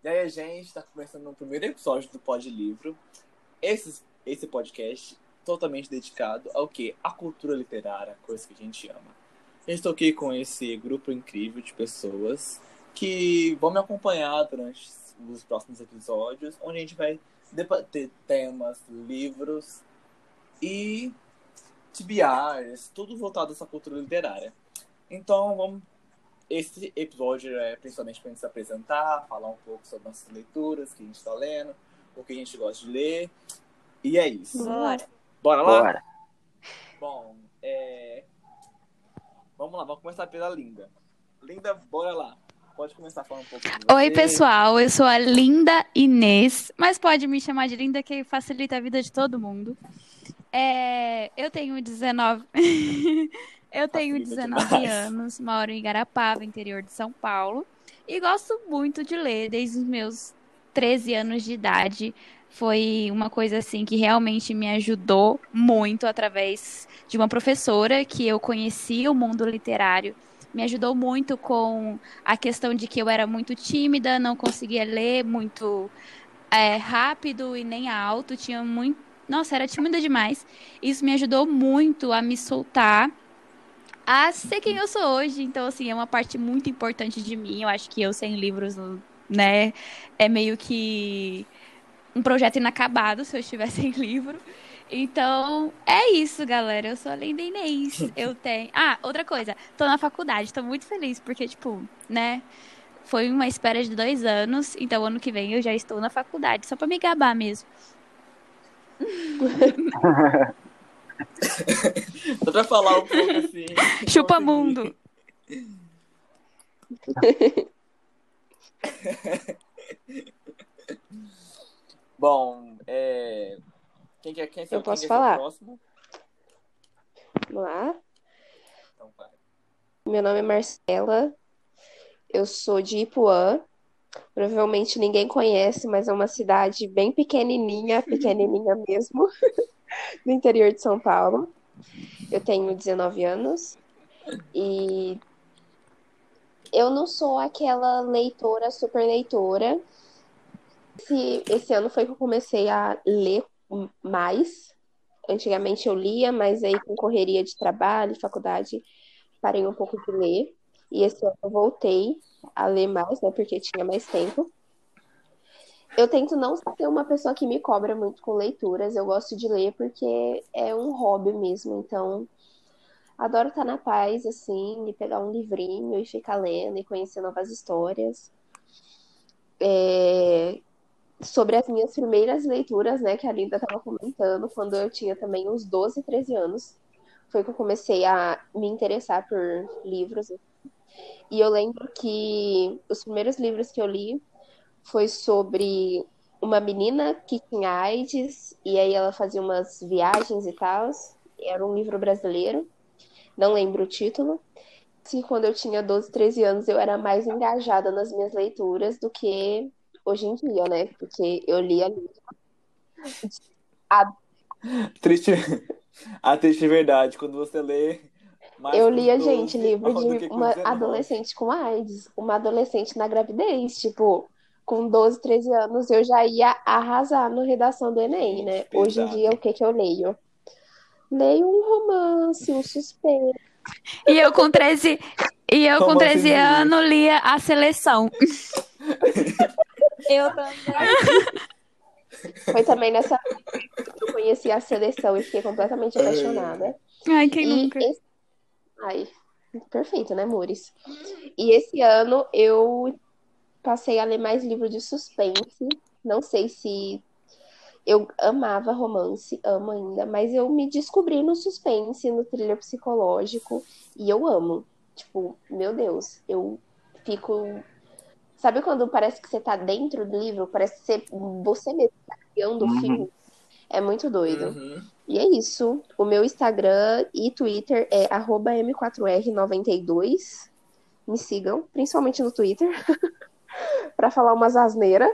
E aí, a gente está começando o primeiro episódio do Pod Livro. Esse podcast totalmente dedicado ao quê? A cultura literária, coisa que a gente ama. Eu estou aqui com esse grupo incrível de pessoas que vão me acompanhar durante os próximos episódios, onde a gente vai debater temas, livros e TBRs, tudo voltado a essa cultura literária. Então, esse episódio é principalmente para a gente se apresentar, falar um pouco sobre nossas leituras, o que a gente está lendo, o que a gente gosta de ler. E é isso. Bora lá? Bora. Bom, vamos lá, vamos começar pela Linda. Linda, bora lá. Pode começar falando um pouco de você. Oi, pessoal, eu sou a Linda Inês, mas pode me chamar de Linda, que facilita a vida de todo mundo. Eu tenho 19... Eu tenho 19 anos, moro em Igarapava, interior de São Paulo, e gosto muito de ler desde os meus 13 anos de idade. Foi uma coisa assim que realmente me ajudou muito através de uma professora que eu conheci o mundo literário. Me ajudou muito com a questão de que eu era muito tímida, não conseguia ler muito rápido e nem alto, era tímida demais. Isso me ajudou muito a me soltar, a ser quem eu sou hoje. Então, assim, é uma parte muito importante de mim. Eu acho que eu sem livros, né, é meio que um projeto inacabado se eu estivesse sem livro. Então, é isso, galera. Eu sou a Linda Inês. Eu tenho... outra coisa. Tô na faculdade. Tô muito feliz, porque, né, foi uma espera de 2 anos. Então, ano que vem eu já estou na faculdade. Só pra me gabar mesmo. Só pra falar um pouco assim. Chupa mundo. Bom, quem Eu posso quer falar? ser o próximo? Vamos lá. Então vai. Meu nome é Marcela. Eu sou de Ipuã. Provavelmente ninguém conhece, mas é uma cidade bem pequenininha mesmo, no interior de São Paulo. Eu tenho 19 anos e eu não sou aquela leitora, super leitora. Esse ano foi que eu comecei a ler mais. Antigamente eu lia, mas aí com correria de trabalho, faculdade, parei um pouco de ler. E esse ano eu voltei a ler mais, né? Porque tinha mais tempo. Eu tento não ser uma pessoa que me cobra muito com leituras. Eu gosto de ler porque é um hobby mesmo. Então, adoro estar na paz, assim, e pegar um livrinho e ficar lendo e conhecer novas histórias. Sobre as minhas primeiras leituras, né, que a Linda estava comentando, quando eu tinha também uns 12, 13 anos, foi que eu comecei a me interessar por livros. E eu lembro que os primeiros livros que eu li foi sobre uma menina que tinha AIDS, e aí ela fazia umas viagens e tal. Era um livro brasileiro, não lembro o título. E quando eu tinha 12, 13 anos, eu era mais engajada nas minhas leituras do que hoje em dia, né? Porque eu lia A triste verdade, quando você lê mais eu com lia, 12 gente, livro do de que com uma 19. adolescente com AIDS, uma adolescente na gravidez, tipo, com 12, 13 anos eu já ia arrasar na redação do Enem, né? Pesado. Hoje em dia, o que eu leio? Leio um romance, um suspense. E eu com 13 anos lia A Seleção. Eu também. Foi também nessa época que eu conheci A Seleção e fiquei completamente apaixonada. Ai, quem nunca? Ai, perfeito, né, amores? E esse ano eu passei a ler mais livro de suspense. Não sei se eu amava romance, amo ainda, mas eu me descobri no suspense, no thriller psicológico, e eu amo. Tipo, meu Deus, eu fico. Sabe quando parece que você tá dentro do livro? Parece que você mesmo tá criando o filme? É muito doido. Uhum. E é isso. O meu Instagram e Twitter é @m4r92. Me sigam, principalmente no Twitter, pra falar umas asneiras.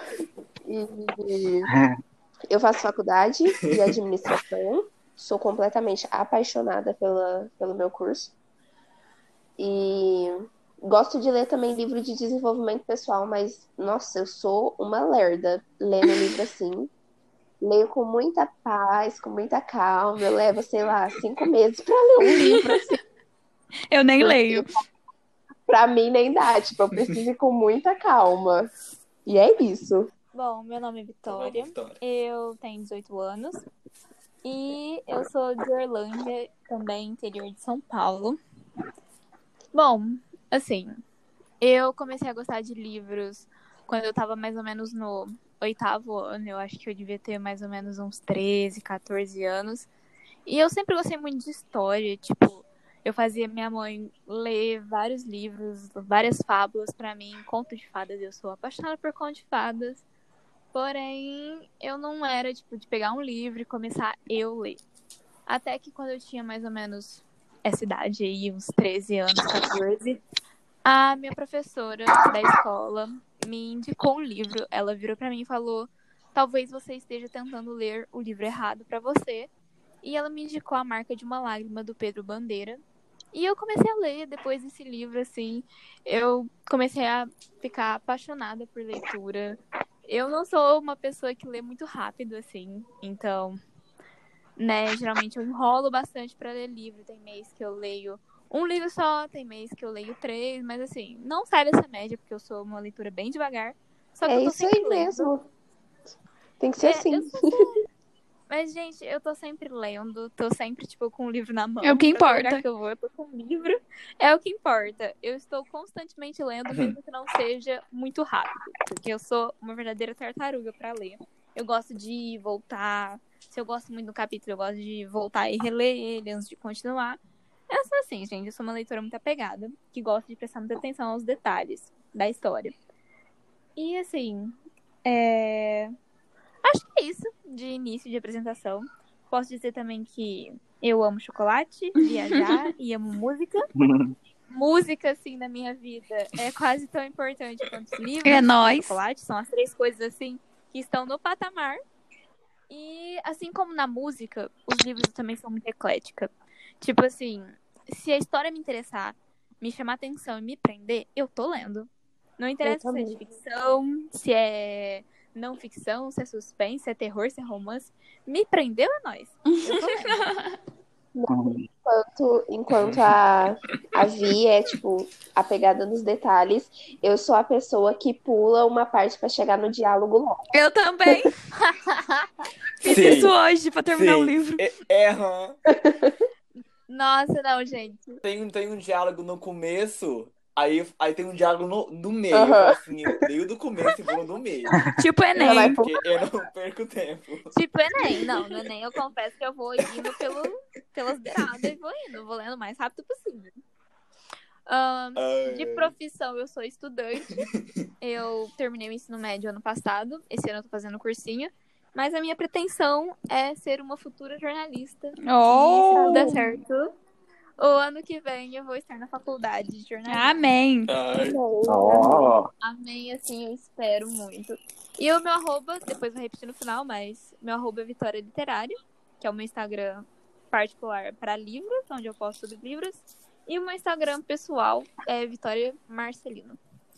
E eu faço faculdade de administração. Sou completamente apaixonada pelo meu curso. E Gosto de ler também livro de desenvolvimento pessoal, mas, nossa, eu sou uma lerda lendo livro assim. Leio com muita paz, com muita calma. Eu levo, sei lá, 5 meses pra ler um livro, assim, Eu nem porque leio. pra mim nem dá. Tipo, eu preciso ir com muita calma. E é isso. Bom, meu nome é Vitória. Vitória. Eu tenho 18 anos. E eu sou de Orlândia, também interior de São Paulo. Bom, assim, eu comecei a gostar de livros quando eu tava mais ou menos no 8º ano. Eu acho que eu devia ter mais ou menos uns 13, 14 anos. E eu sempre gostei muito de história. Tipo, eu fazia minha mãe ler vários livros, várias fábulas pra mim, conto de fadas. Eu sou apaixonada por conto de fadas. Porém, eu não era, tipo, de pegar um livro e começar eu ler. Até que quando eu tinha mais ou menos essa idade aí, uns 13 anos, 14, a minha professora da escola me indicou um livro. Ela virou pra mim e falou: talvez você esteja tentando ler o livro errado pra você. E ela me indicou A Marca de uma Lágrima, do Pedro Bandeira. E eu comecei a ler depois desse livro, assim. Eu comecei a ficar apaixonada por leitura. Eu não sou uma pessoa que lê muito rápido, assim. Então, né, geralmente eu enrolo bastante pra ler livro. Tem mês que eu leio um livro só, tem mês que eu leio 3. Mas, assim, não sai dessa média, porque eu sou uma leitura bem devagar. Só que É eu tô isso sempre aí lendo. mesmo. Tem que ser assim. Eu sou Mas, gente, eu tô sempre lendo, tô sempre, tipo, com o livro na mão. É o que Pra todo lugar importa. que eu vou, eu tô com o livro. É o que importa. Eu estou constantemente lendo, mesmo que não seja muito rápido. Porque eu sou uma verdadeira tartaruga pra ler. Eu gosto de voltar. Se eu gosto muito do capítulo, eu gosto de voltar e reler ele antes de continuar. Eu sou assim, gente. Eu sou uma leitora muito apegada, que gosta de prestar muita atenção aos detalhes da história. E, assim, acho que é isso de início de apresentação. Posso dizer também que eu amo chocolate, viajar e amo música. Música, assim, na minha vida é quase tão importante quanto os livros É e o nóis. chocolate. São as 3 coisas, assim, que estão no patamar. E, assim como na música, os livros também são muito eclética. Tipo assim, se a história me interessar, me chamar atenção e me prender, eu tô lendo. Não interessa se é de também. ficção, se é não ficção, se é suspense, se é terror, se é romance. Me prendeu é nóis. Eu tô lendo. Enquanto a Vi é, tipo, a pegada nos detalhes, eu sou a pessoa que pula uma parte pra chegar no diálogo longo. Eu também. Fiz Sim, isso hoje pra terminar o sim. livro. Aham. Nossa, não, gente. Tem um diálogo no começo, aí tem um diálogo no meio. Aham. Eu falo assim, eu leio do começo e vou no meio. Tipo Já vai Enem. pro... Porque eu não perco tempo. Tipo Enem. Não, no Enem eu confesso que eu vou indo pelas beiradas e vou indo. Vou lendo o mais rápido possível. De profissão, eu sou estudante. Eu terminei o ensino médio ano passado. Esse ano eu tô fazendo cursinho. Mas a minha pretensão é ser uma futura jornalista. E se tudo der certo, o ano que vem eu vou estar na faculdade de jornalismo. Amém. Ai, Ó, Amém, assim, eu espero muito. E o meu arroba, depois vou repetir no final, mas meu arroba é Vitória Literário, que é o meu Instagram particular para livros, onde eu posto sobre livros. E o meu Instagram pessoal é Vitória Marcelino.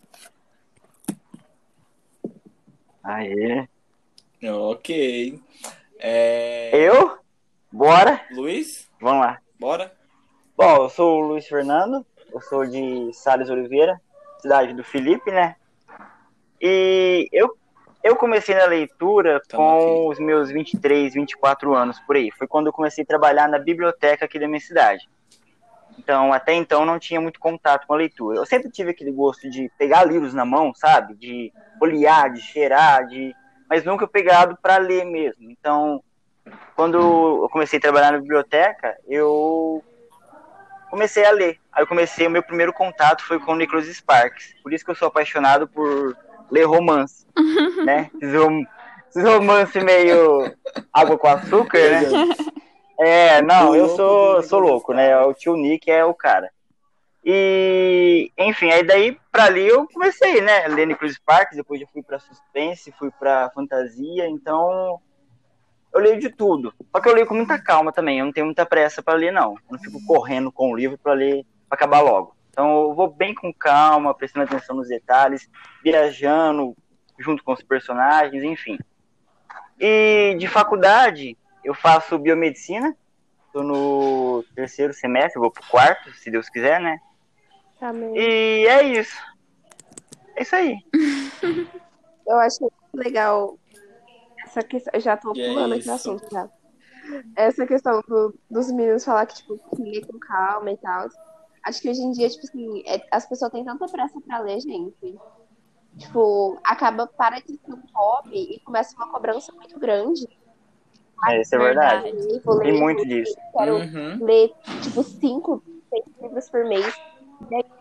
Aê. ok. Eu? Bora? Luiz, Vamos lá. bora? Bom, eu sou o Luiz Fernando, eu sou de Sales Oliveira, cidade do Felipe, né? E eu comecei na leitura com os meus 23, 24 anos, por aí. Foi quando eu comecei a trabalhar na biblioteca aqui da minha cidade. Então, até então, não tinha muito contato com a leitura. Eu sempre tive aquele gosto de pegar livros na mão, sabe? De folhear, de cheirar, mas nunca pegado para ler mesmo. Então, quando eu comecei a trabalhar na biblioteca, eu comecei a ler. Aí o meu primeiro contato foi com o Nicholas Sparks. Por isso que eu sou apaixonado por ler romance, né? Esses romances meio água com açúcar, né? Não, eu sou louco, né? O tio Nick é o cara. E, enfim, aí daí pra ali eu comecei, né? Ler Nicholas Sparks, depois eu fui pra suspense, fui pra fantasia, então eu leio de tudo. Só que eu leio com muita calma também, eu não tenho muita pressa pra ler, não. Eu não fico correndo com o livro pra ler, pra acabar logo. Então eu vou bem com calma, prestando atenção nos detalhes, viajando junto com os personagens, enfim. E de faculdade, eu faço biomedicina, estou no 3º semestre, vou pro 4º, se Deus quiser, né? Amém. E é isso. É isso aí. Eu acho muito legal essa questão. Eu já tô E é pulando aqui no isso. assunto já. Essa questão dos meninos falar que, tipo, que lê com calma e tal. Acho que hoje em dia, tipo assim, as pessoas têm tanta pressa pra ler, gente. Tipo, para de ser um hobby e começa uma cobrança muito grande. Isso é verdade. Verdade. Tem muito disso. Quero Uhum. ler, tipo, 5, 6 livros por mês. E aí,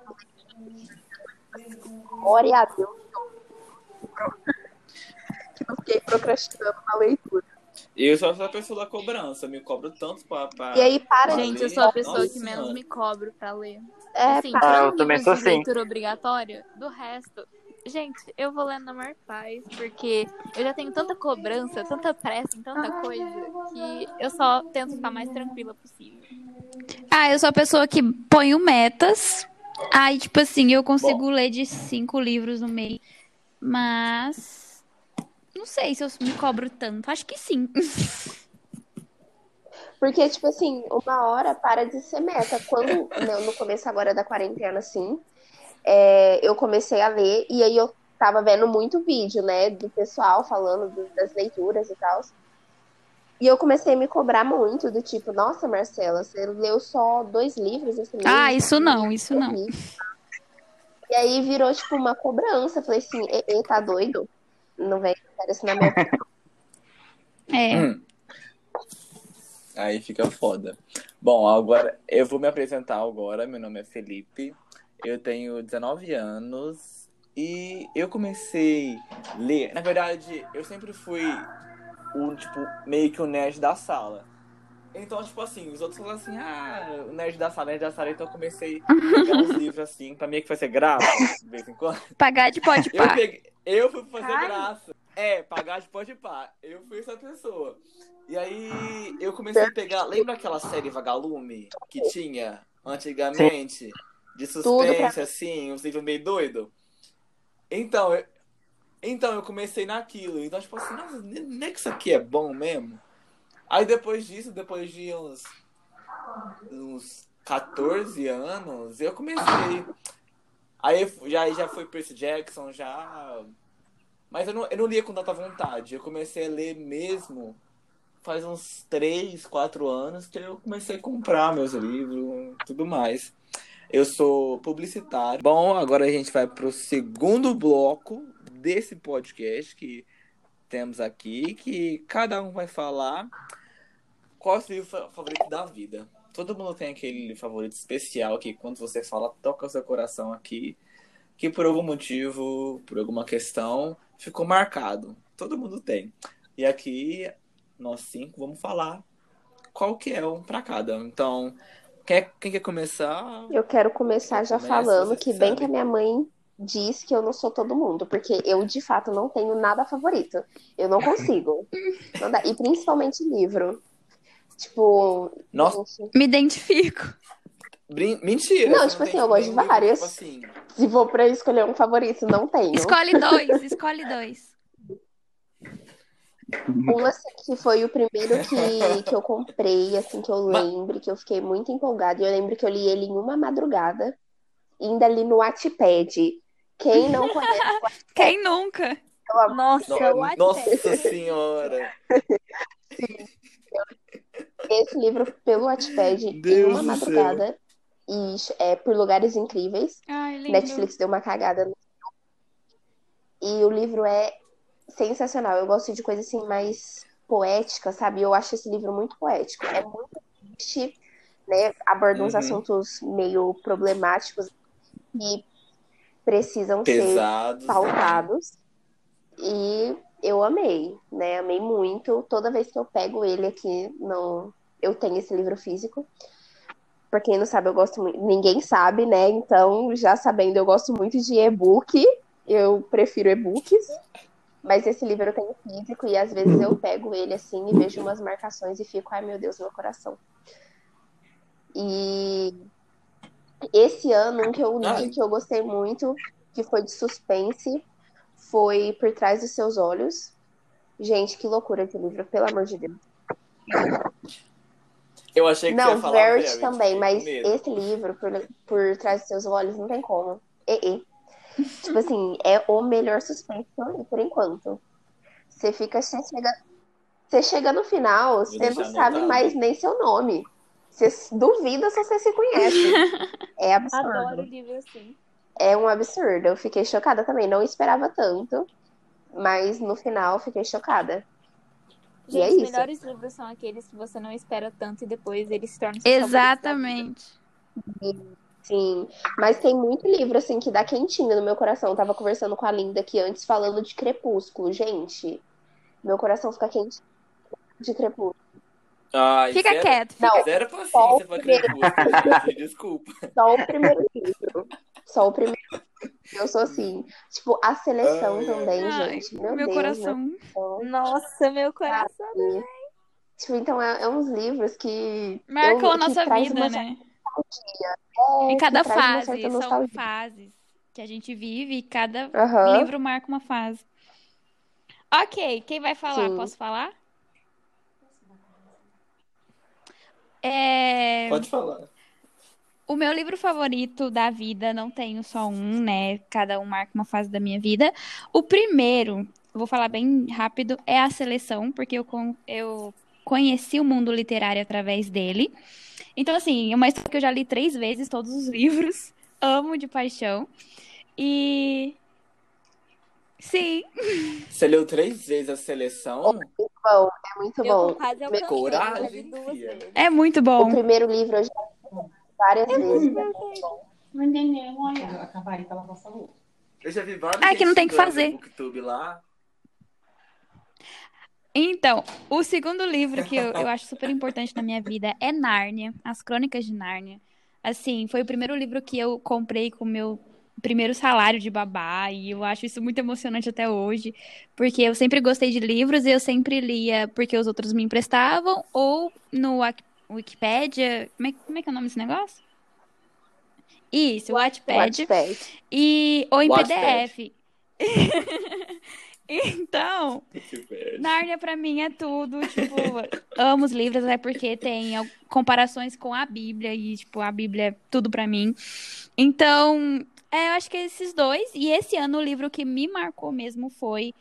glória a Deus que eu fiquei procrastinando na leitura. Eu sou essa pessoa da cobrança, eu me cobro tanto pra E aí, para pra Gente, ler. eu sou a pessoa Nossa que menos Senhora. me cobro pra ler. É, Assim, para. eu tirando também livros sou de assim. leitura obrigatória, do resto, gente, eu vou lendo na maior paz, porque eu já tenho tanta cobrança, tanta pressa em tanta coisa, que eu só tento ficar mais tranquila possível. Eu sou a pessoa que ponho metas. Aí, tipo assim, eu consigo Bom. ler de 5 livros no mês. Mas não sei se eu me cobro tanto. Acho que sim. Porque, tipo assim, uma hora para de ser meta. Quando, no começo agora da quarentena, assim, eu comecei a ler e aí eu tava vendo muito vídeo, né, do pessoal falando das leituras e tal. E eu comecei a me cobrar muito, do tipo, nossa, Marcela, você leu só 2 livros esse mês? Isso não, isso não. Horrível. E aí virou, tipo, uma cobrança. Eu falei assim, tá doido? Não vem com isso na minha vida. É. Aí fica foda. Bom, agora eu vou me apresentar agora. Meu nome é Felipe. Eu tenho 19 anos e eu comecei a ler. Na verdade, eu sempre fui meio que o nerd da sala. Então, tipo assim, os outros falam assim, o nerd da sala, então eu comecei a pegar uns livros assim, pra meio que fazer graça, de vez em quando. Pagar de pode pá. Eu fui fazer graça. Pagar de pode pá. Eu fui essa pessoa. E aí eu comecei a pegar. Lembra aquela série Vagalume que tinha antigamente? De suspense, assim, uns livros meio doido? Então eu comecei naquilo. Então, tipo assim, nossa, nem que isso aqui é bom mesmo. Aí depois disso, depois de uns 14 anos, eu comecei. Aí já foi Percy Jackson, já. Mas eu não lia com tanta vontade. Eu comecei a ler mesmo faz uns 3, 4 anos que eu comecei a comprar meus livros e tudo mais. Eu sou publicitário. Bom, agora a gente vai pro segundo bloco desse podcast que temos aqui, que cada um vai falar qual é o seu livro favorito da vida. Todo mundo tem aquele livro favorito especial que quando você fala, toca o seu coração aqui, que por algum motivo, por alguma questão, ficou marcado. Todo mundo tem. E aqui, nós 5 vamos falar qual que é um pra cada. Então, quem quer começar? Eu quero começar já falando que bem que a minha mãe diz que eu não sou todo mundo, porque eu, de fato, não tenho nada favorito. Eu não consigo. Não dá. E principalmente livro. Tipo, Nossa. Me identifico. Mentira. Não, tipo assim, eu gosto de vários. Tipo assim. Se for pra escolher um favorito, não tenho. Escolhe 2. Um, assim, que foi o primeiro que eu comprei, assim, que eu lembro, que eu fiquei muito empolgada. E eu lembro que eu li ele em uma madrugada, ainda li no Wattpad. Quem não conhece o Wattpad? Quem nunca? Nossa senhora. Esse livro pelo Wattpad em uma madrugada. E por lugares incríveis. Ai, lindo. Netflix deu uma cagada. E o livro é sensacional. Eu gosto de coisa assim mais poética, sabe? Eu acho esse livro muito poético. É muito triste, né? Aborda uns assuntos meio problemáticos e precisam pesados, ser pautados. E eu amei, né? Amei muito. Toda vez que eu pego ele aqui, eu tenho esse livro físico. Pra quem não sabe, eu gosto muito. Ninguém sabe, né? Então, já sabendo, eu gosto muito de e-book. Eu prefiro e-books. Mas esse livro eu tenho físico e às vezes eu pego ele assim e vejo umas marcações e fico, ai meu Deus, meu coração. E Esse ano, um que eu Ai. li que eu gostei muito, que foi de suspense, foi Por Trás dos Seus Olhos. Gente, que loucura esse livro, pelo amor de Deus. Eu achei que você ia Não, falar Verity Verity, também, fiquei com mas medo. esse livro, por Trás dos Seus Olhos, não tem como. Tipo assim, é o melhor suspense que eu li, por enquanto. Você chega no final, Vou você não deixar sabe anotado. mais nem seu nome. Você duvida se você se conhece. É Adoro absurdo. livro assim. É um absurdo. Eu fiquei chocada também. Não esperava tanto, mas no final fiquei chocada. E é Gente, os isso. melhores livros são aqueles que você não espera tanto e depois eles se tornam seus favoritos da vida. Exatamente. Sim. Mas tem muito livro, assim, que dá quentinho no meu coração. Eu tava conversando com a Linda aqui antes, falando de Crepúsculo. Gente, meu coração fica quente de Crepúsculo. Ai, Fica zero, quieto, fica Não, zero só paciência o pra primeiro, Crepúsculo, gente. Desculpa. só o primeiro livro. Só o primeiro. Eu sou assim. Tipo, a seleção Ai, ai. também, Ai, gente. Meu meu Deus, meu coração. coração. Nossa, meu coração. E, tipo, então é uns livros Marcou a que nossa traz vida, uma certa né? nostalgia. E Que cada traz uma certa fase, são nostalgia. fases que a gente vive e cada Aham, livro marca uma fase. Ok, quem vai falar? sim. Posso falar? É... Pode falar. O meu livro favorito da vida, não tenho só um, né? Cada um marca uma fase da minha vida. O primeiro, vou falar bem rápido, é A Seleção, porque eu conheci o mundo literário através dele. Então, assim, é uma história que eu já li 3 vezes, todos os livros. Amo de paixão. E. Sim, Você leu 3 vezes a seleção? Bom, é muito Eu bom. quase alcancei, eu já li Coragem, 2 filha. vezes. é muito O bom. primeiro livro eu já li várias vezes. Não entendeu, olha. Acabar que ela passou. Eu já vi vários Ah, gente que não tem que xingando no fazer. Booktube lá. Então, o segundo livro que eu acho super importante na minha vida é Nárnia, As Crônicas de Nárnia. Assim, foi o primeiro livro que eu comprei com o meu primeiro salário de babá, e eu acho isso muito emocionante até hoje, porque eu sempre gostei de livros e eu sempre lia porque os outros me emprestavam, ou no Wikipédia. Como é que é o nome desse negócio? Isso, Wattpad. Wattpad. Ou em Wattpad. PDF. Então, Nárnia pra mim é tudo, tipo, amo os livros, é porque tem comparações com a Bíblia e, tipo, a Bíblia é tudo pra mim. Então, eu acho que esses dois. E esse ano o livro que me marcou mesmo foi.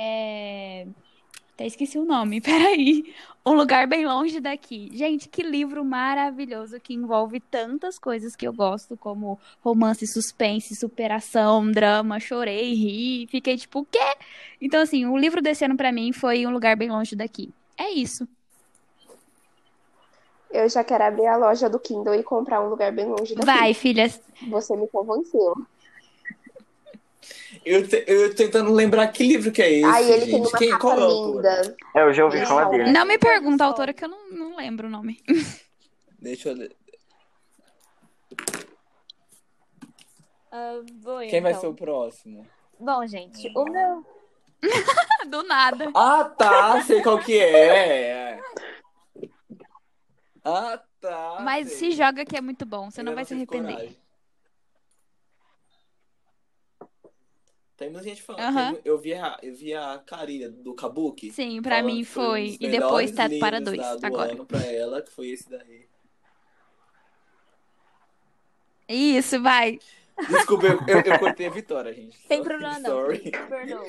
Até esqueci o nome, peraí. Um Lugar Bem Longe Daqui. Gente, que livro maravilhoso que envolve tantas coisas que eu gosto, como romance, suspense, superação, drama. Chorei, ri, fiquei tipo, o quê? Então, assim, o livro desse ano pra mim foi Um Lugar Bem Longe Daqui. É isso. Eu já quero abrir a loja do Kindle e comprar um lugar bem longe daqui. Vai, filha. Você me convenceu. Eu tentando lembrar que livro que é esse, Aí ele tem gente. uma Qual capa é o autor? linda. Eu já ouvi falar dele. Não me pergunta a autora que eu não lembro o nome. Deixa eu ler. Vou eu, Quem vai então. ser o próximo? Bom, gente, o meu... Do nada. Ah, tá. Sei qual que é. Ah, tá. Mas sei. se joga que é muito bom, você Ainda não vai se tive arrepender. coragem. Tem muita gente falando. Aham. Eu vi a Karina do Kabuki. Sim, pra falando mim que foi um dos foi. E depois melhores Teto para livros Dois, do agora. ano pra ela, que foi esse daí. Isso, vai. Desculpa, eu cortei a Vitória, gente. Sem problema não, Sorry. Felipe, te perdoo.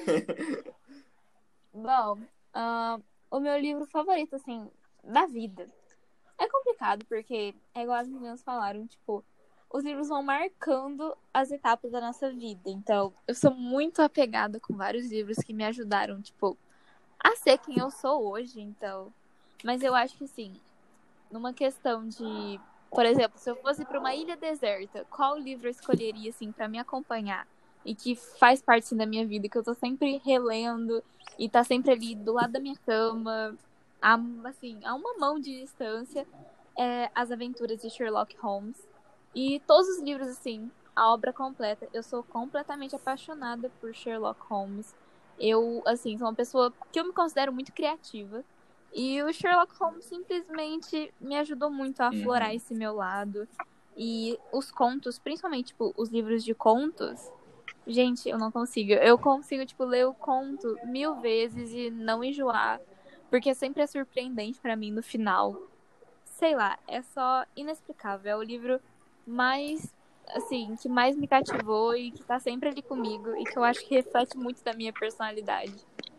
Bom, o meu livro favorito, assim, da vida. É complicado, porque é igual as meninas falaram, tipo, os livros vão marcando as etapas da nossa vida. Então, eu sou muito apegada com vários livros que me ajudaram, tipo, a ser quem eu sou hoje, então. Mas eu acho que, assim, numa questão de... Por exemplo, se eu fosse para uma ilha deserta, qual livro eu escolheria, assim, para me acompanhar? E que faz parte, assim, da minha vida, que eu tô sempre relendo e tá sempre ali do lado da minha cama, assim, a uma mão de distância, As Aventuras de Sherlock Holmes. E todos os livros, assim, a obra completa. Eu sou completamente apaixonada por Sherlock Holmes. Eu, assim, sou uma pessoa que eu me considero muito criativa. E o Sherlock Holmes simplesmente me ajudou muito a aflorar esse meu lado. E os contos, principalmente, tipo, os livros de contos, gente, eu não consigo. Eu consigo, tipo, ler o conto 1000 vezes e não enjoar, porque sempre é surpreendente pra mim no final. Sei lá, é só inexplicável. É o livro mais, assim, que mais me cativou e que tá sempre ali comigo e que eu acho que reflete muito da minha personalidade.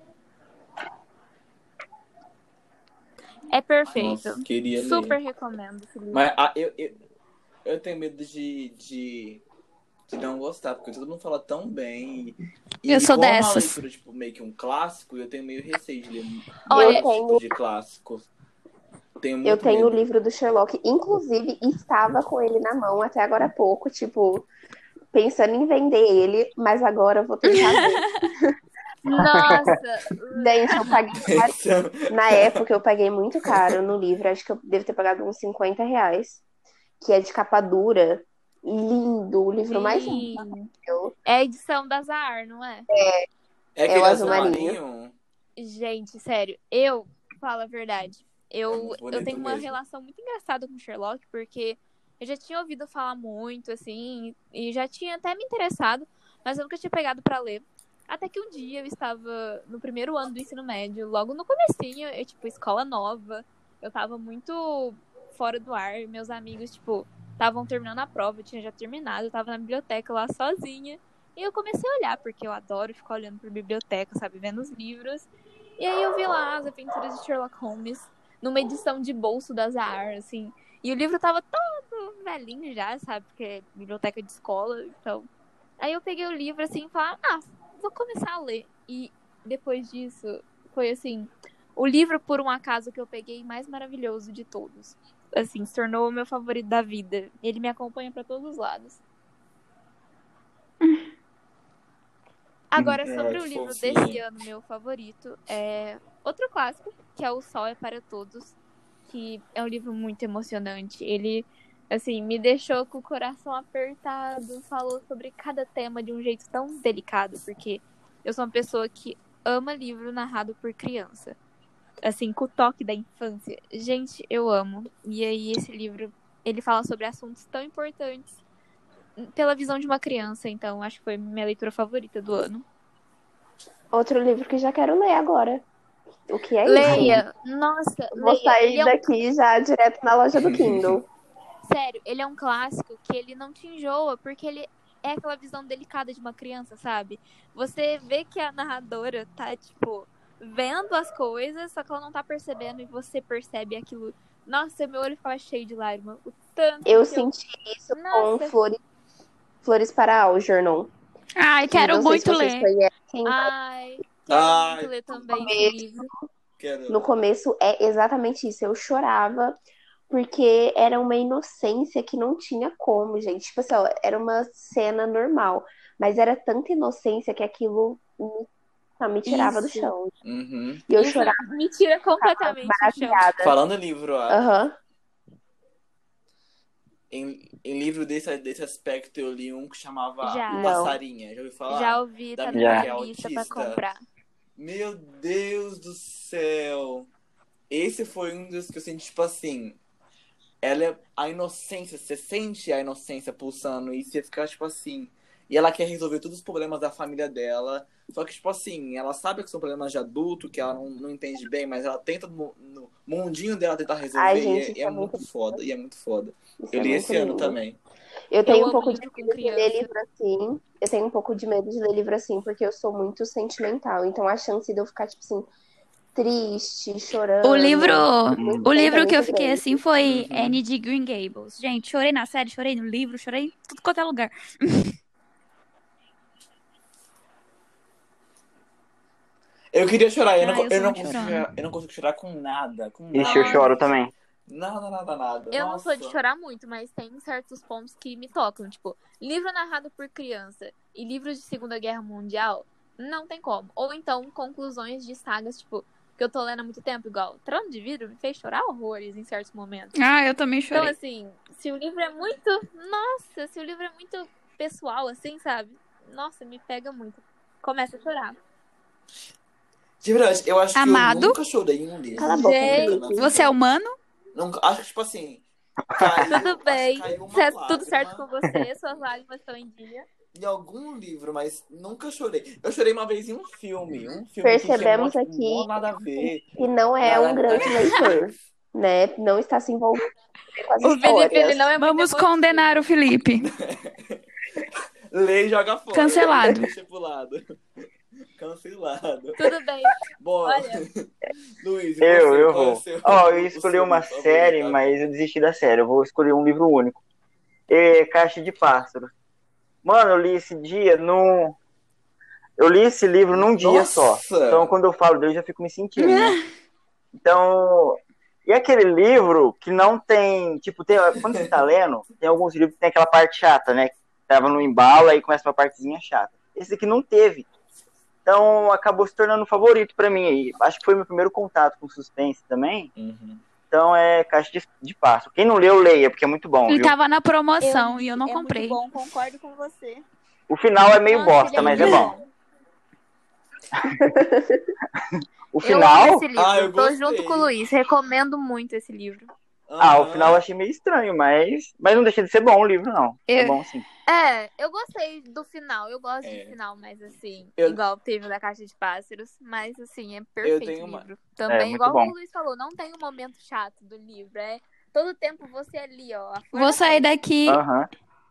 É perfeito. Nossa, queria Super ler. recomendo esse livro. Mas eu tenho medo de não gostar, porque todo mundo fala tão bem. E Eu sou como dessas. a leitura, tipo, meio que um clássico, eu tenho meio receio de ler Olha, muitos tipos de clássicos. Tenho Eu muito tenho o medo. livro do Sherlock, inclusive estava com ele na mão até agora há pouco, tipo, pensando em vender ele, mas agora eu vou tentar ver. nossa, Gente, eu paguei, Pensando- na época eu paguei muito caro no livro, acho que eu devo ter pagado uns R$ 50, que é de capa dura, lindo, o livro mais lindo sim. que eu. É a edição da Zahar, não é? É É o aquele azul azul marinho. marinho? Gente, sério, eu falo a verdade. É Eu, muito eu bonito tenho uma mesmo. relação muito engraçada com Sherlock, porque eu já tinha ouvido falar muito, assim, e já tinha até me interessado, mas eu nunca tinha pegado pra ler. Até que um dia eu estava no primeiro ano do ensino médio, logo no comecinho, eu, tipo, escola nova, eu tava muito fora do ar, meus amigos, tipo, estavam terminando a prova, eu tinha já terminado, eu tava na biblioteca lá sozinha, e eu comecei a olhar, porque eu adoro ficar olhando pra biblioteca, sabe, vendo os livros, e aí eu vi lá as aventuras de Sherlock Holmes, numa edição de bolso da Zahar, assim, e o livro tava todo velhinho já, sabe, porque é biblioteca de escola, então... Aí eu peguei o livro, assim, e falei, vou começar a ler. E depois disso, foi assim, o livro, por um acaso, que eu peguei mais maravilhoso de todos. Assim, se tornou o meu favorito da vida. Ele me acompanha pra todos os lados. Agora, sobre o Que livro fofinho. desse ano, meu favorito, é outro clássico, que é O Sol é para Todos, que é um livro muito emocionante. Ele, assim, me deixou com o coração apertado, falou sobre cada tema de um jeito tão delicado, porque eu sou uma pessoa que ama livro narrado por criança. Assim, com o toque da infância. Gente, eu amo. E aí, esse livro, ele fala sobre assuntos tão importantes pela visão de uma criança, então acho que foi minha leitura favorita do ano. Outro livro que já quero ler agora. O que é isso? Leia! Nossa, Vou leia! sair Ele é daqui já direto na loja do Kindle. Sério, ele é um clássico que ele não te enjoa, porque ele é aquela visão delicada de uma criança, sabe? Você vê que a narradora tá, tipo, vendo as coisas, só que ela não tá percebendo e você percebe aquilo. Nossa, meu olho ficava cheio de lágrima. O tanto Eu que eu... senti isso com Nossa. Flores para Algernon. Ai, Que quero não sei se muito vocês ler. conhecem. Ai, quero Ai, muito ler também esse livro. quero. No começo é exatamente isso. Eu chorava porque era uma inocência que não tinha como, gente. Tipo assim, ó, era uma cena normal, mas era tanta inocência que aquilo me tirava do Isso. chão. Uhum. E eu Isso chorava me tira completamente do chão. maravilhada. Falando em livro, Aham. em livro desse aspecto, eu li um que chamava Já. O Não. Passarinha. Já ouviu falar? Já ouvi, Da tá na menina Já. que é minha lista pra autista. comprar. Meu Deus do céu! Esse foi um dos que eu senti, tipo assim. Ela é a inocência, você sente a inocência pulsando e você fica, tipo assim. E ela quer resolver todos os problemas da família dela. Só que, tipo assim, ela sabe que são problemas de adulto, que ela não entende bem, mas ela tenta no mundinho dela tentar resolver. Ai, e gente, é isso é muito muito foda. E é muito foda. Isso Eu é li muito esse ano lindo. também. Eu tenho um amo pouco de livro com medo de ler criança. livro assim. Eu tenho um pouco de medo de ler livro assim, porque eu sou muito sentimental. Então a chance de eu ficar, tipo assim, triste, chorando. O livro é que eu muito fiquei grande. assim foi Uhum. Anne de Green Gables. Gente, chorei na série, chorei no livro, chorei em tudo quanto é lugar. Eu queria chorar, eu Ah, eu não sou muito consigo chorona. chorar. Eu não consigo chorar com nada. Com Ixi, eu nada. choro também. Nada. Eu não Nossa. sou de chorar muito, mas tem certos pontos que me tocam. Tipo, livro narrado por criança e livros de Segunda Guerra Mundial, não tem como. Ou então, conclusões de sagas, tipo, que eu tô lendo há muito tempo, igual Trono de Vidro, me fez chorar horrores em certos momentos. Ah, eu também Então, chorei. assim, se o livro é muito... Nossa, se o livro é muito pessoal, assim, sabe? Nossa, me pega muito. Começa a chorar. De verdade, eu acho Amado? que eu nunca chorei em um livro. Cala a boca, Gente. Felipe. Você é humano? Nunca, acho que, tipo assim, Tudo bem. Caiu uma Tudo certo com lágrima você, suas lágrimas estão em dia. em algum livro, mas nunca chorei. Eu chorei uma vez em um filme que tinha Percebemos mó aqui nada a ver. que não é um grande leitor, né? Não está se envolvendo com as O Felipe, ele histórias. não é muito Vamos emotivo. condenar o Felipe. Lê e joga fora. Cancelado. Deixa pro lado. Cancelado. Tudo bem. Bom, Olha. Luiz, e Eu você? Qual é vou. o seu- Ó, eu o escolhi seu uma livro favorito, série, tá? mas eu desisti da série. Eu vou escolher um livro único. É Caixa de Pássaros. Mano, eu li esse dia num. Eu li esse livro num dia só. Nossa! Então, quando eu falo dele, eu já fico me sentindo, né? Então. E aquele livro que não tem. Tipo, quando você tá lendo, tem alguns livros que tem aquela parte chata, né? Que tava no embalo, aí começa uma partezinha chata. Esse aqui não teve. Então, acabou se tornando um favorito pra mim aí. Acho que foi meu primeiro contato com suspense também. Uhum. Então, é Caixa de Pássaros. Quem não leu, leia, porque é muito bom, Ele viu? tava na promoção e eu não É comprei. muito bom, concordo com você. O final é meio Nossa, bosta, ele mas é muito bom. O Eu amo final. esse livro. Ah, eu Tô gostei. junto com o Luiz. Recomendo muito esse livro. O Aham. final eu achei meio estranho, mas não deixa de ser bom o livro, não. É Eu- bom sim. É, eu gostei do final. Eu gosto É. de final, mas assim, Eu- igual teve o da Caixa de Pássaros. Mas assim, é perfeito tenho o uma- livro. Também, muito igual bom. o Luiz falou, não tem um momento chato do livro. É todo tempo você ali, ó. a flor Vou da sair pele. daqui. Aham.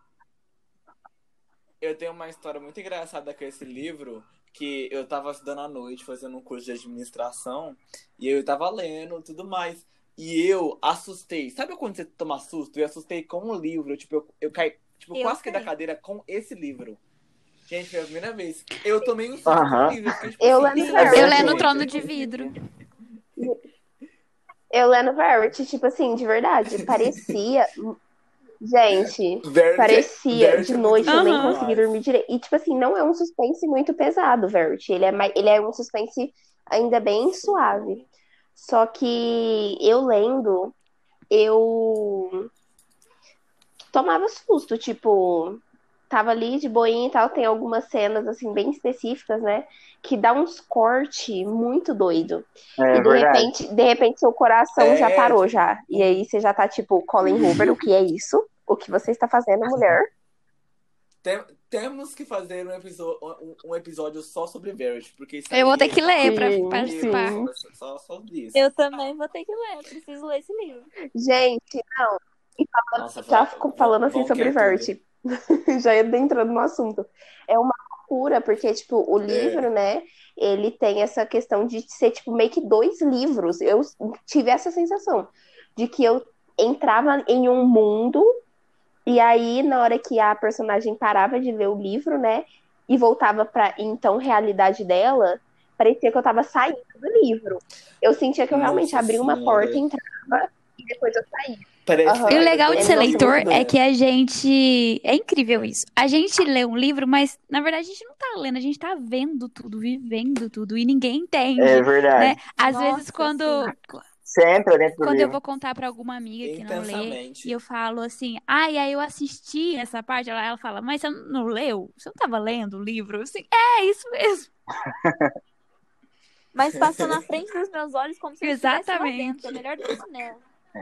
Eu tenho uma história muito engraçada com esse livro, que eu tava estudando à noite, fazendo um curso de administração, e eu tava lendo e tudo mais. E eu assustei. Sabe quando você toma susto? Eu assustei com um livro. Eu caí, Eu quase que da sei. cadeira com esse livro. Gente, foi a primeira vez. Eu tomei um susto Aham. com o livro. Fiquei, tipo, Eu assim, lembro. É bem Eu assim. lendo Trono de Vidro. Eu lendo Verity, tipo assim, de verdade, parecia. Gente, parecia Verity de é muito noite eu nem Aham. consegui dormir direito. E, tipo assim, não é um suspense muito pesado, Verity. Ele é um suspense ainda bem suave. Só que eu lendo, eu tomava susto, tipo, tava ali de boinha e tal, tem algumas cenas, assim, bem específicas, né? Que dá uns corte muito doido. É E verdade. de repente seu coração já É, parou tipo, já. E aí você já tá tipo, Colin Hoover, o que é isso? O que você está fazendo, mulher? Temos que fazer um episódio só sobre Verity, porque isso Eu vou aí ter que ler pra Sim, participar. sim. Só disso. Eu também vou ter que ler. Preciso ler esse livro. Gente, Nossa, já falando assim vamos sobre quer tudo. Verity, já entrando no assunto. É uma loucura, porque, tipo, o livro, né, ele tem essa questão de ser, tipo, meio que dois livros. Eu tive essa sensação de que eu entrava em um mundo e aí, na hora que a personagem parava de ler o livro, né, e voltava pra, então, realidade dela, parecia que eu tava saindo do livro. Eu sentia que eu realmente Nossa abria uma Senhora. porta, entrava e depois eu saía. Parece Aham. E o legal de É ser muito leitor doido. é que a gente. É incrível isso. A gente lê um livro, mas na verdade a gente não tá lendo, a gente tá vendo tudo, vivendo tudo, e ninguém entende. É verdade. Né? Às Nossa, vezes, quando Você entra dentro do eu livro. vou contar pra alguma amiga que não lê, Intensamente. e eu falo assim, ai, aí eu assisti essa parte, ela fala, mas você não leu? Você não tava lendo o livro? Eu assim, é isso mesmo. Mas passou na frente dos meus olhos como se eu estivesse lá Exatamente. dentro. É melhor do que o cinema.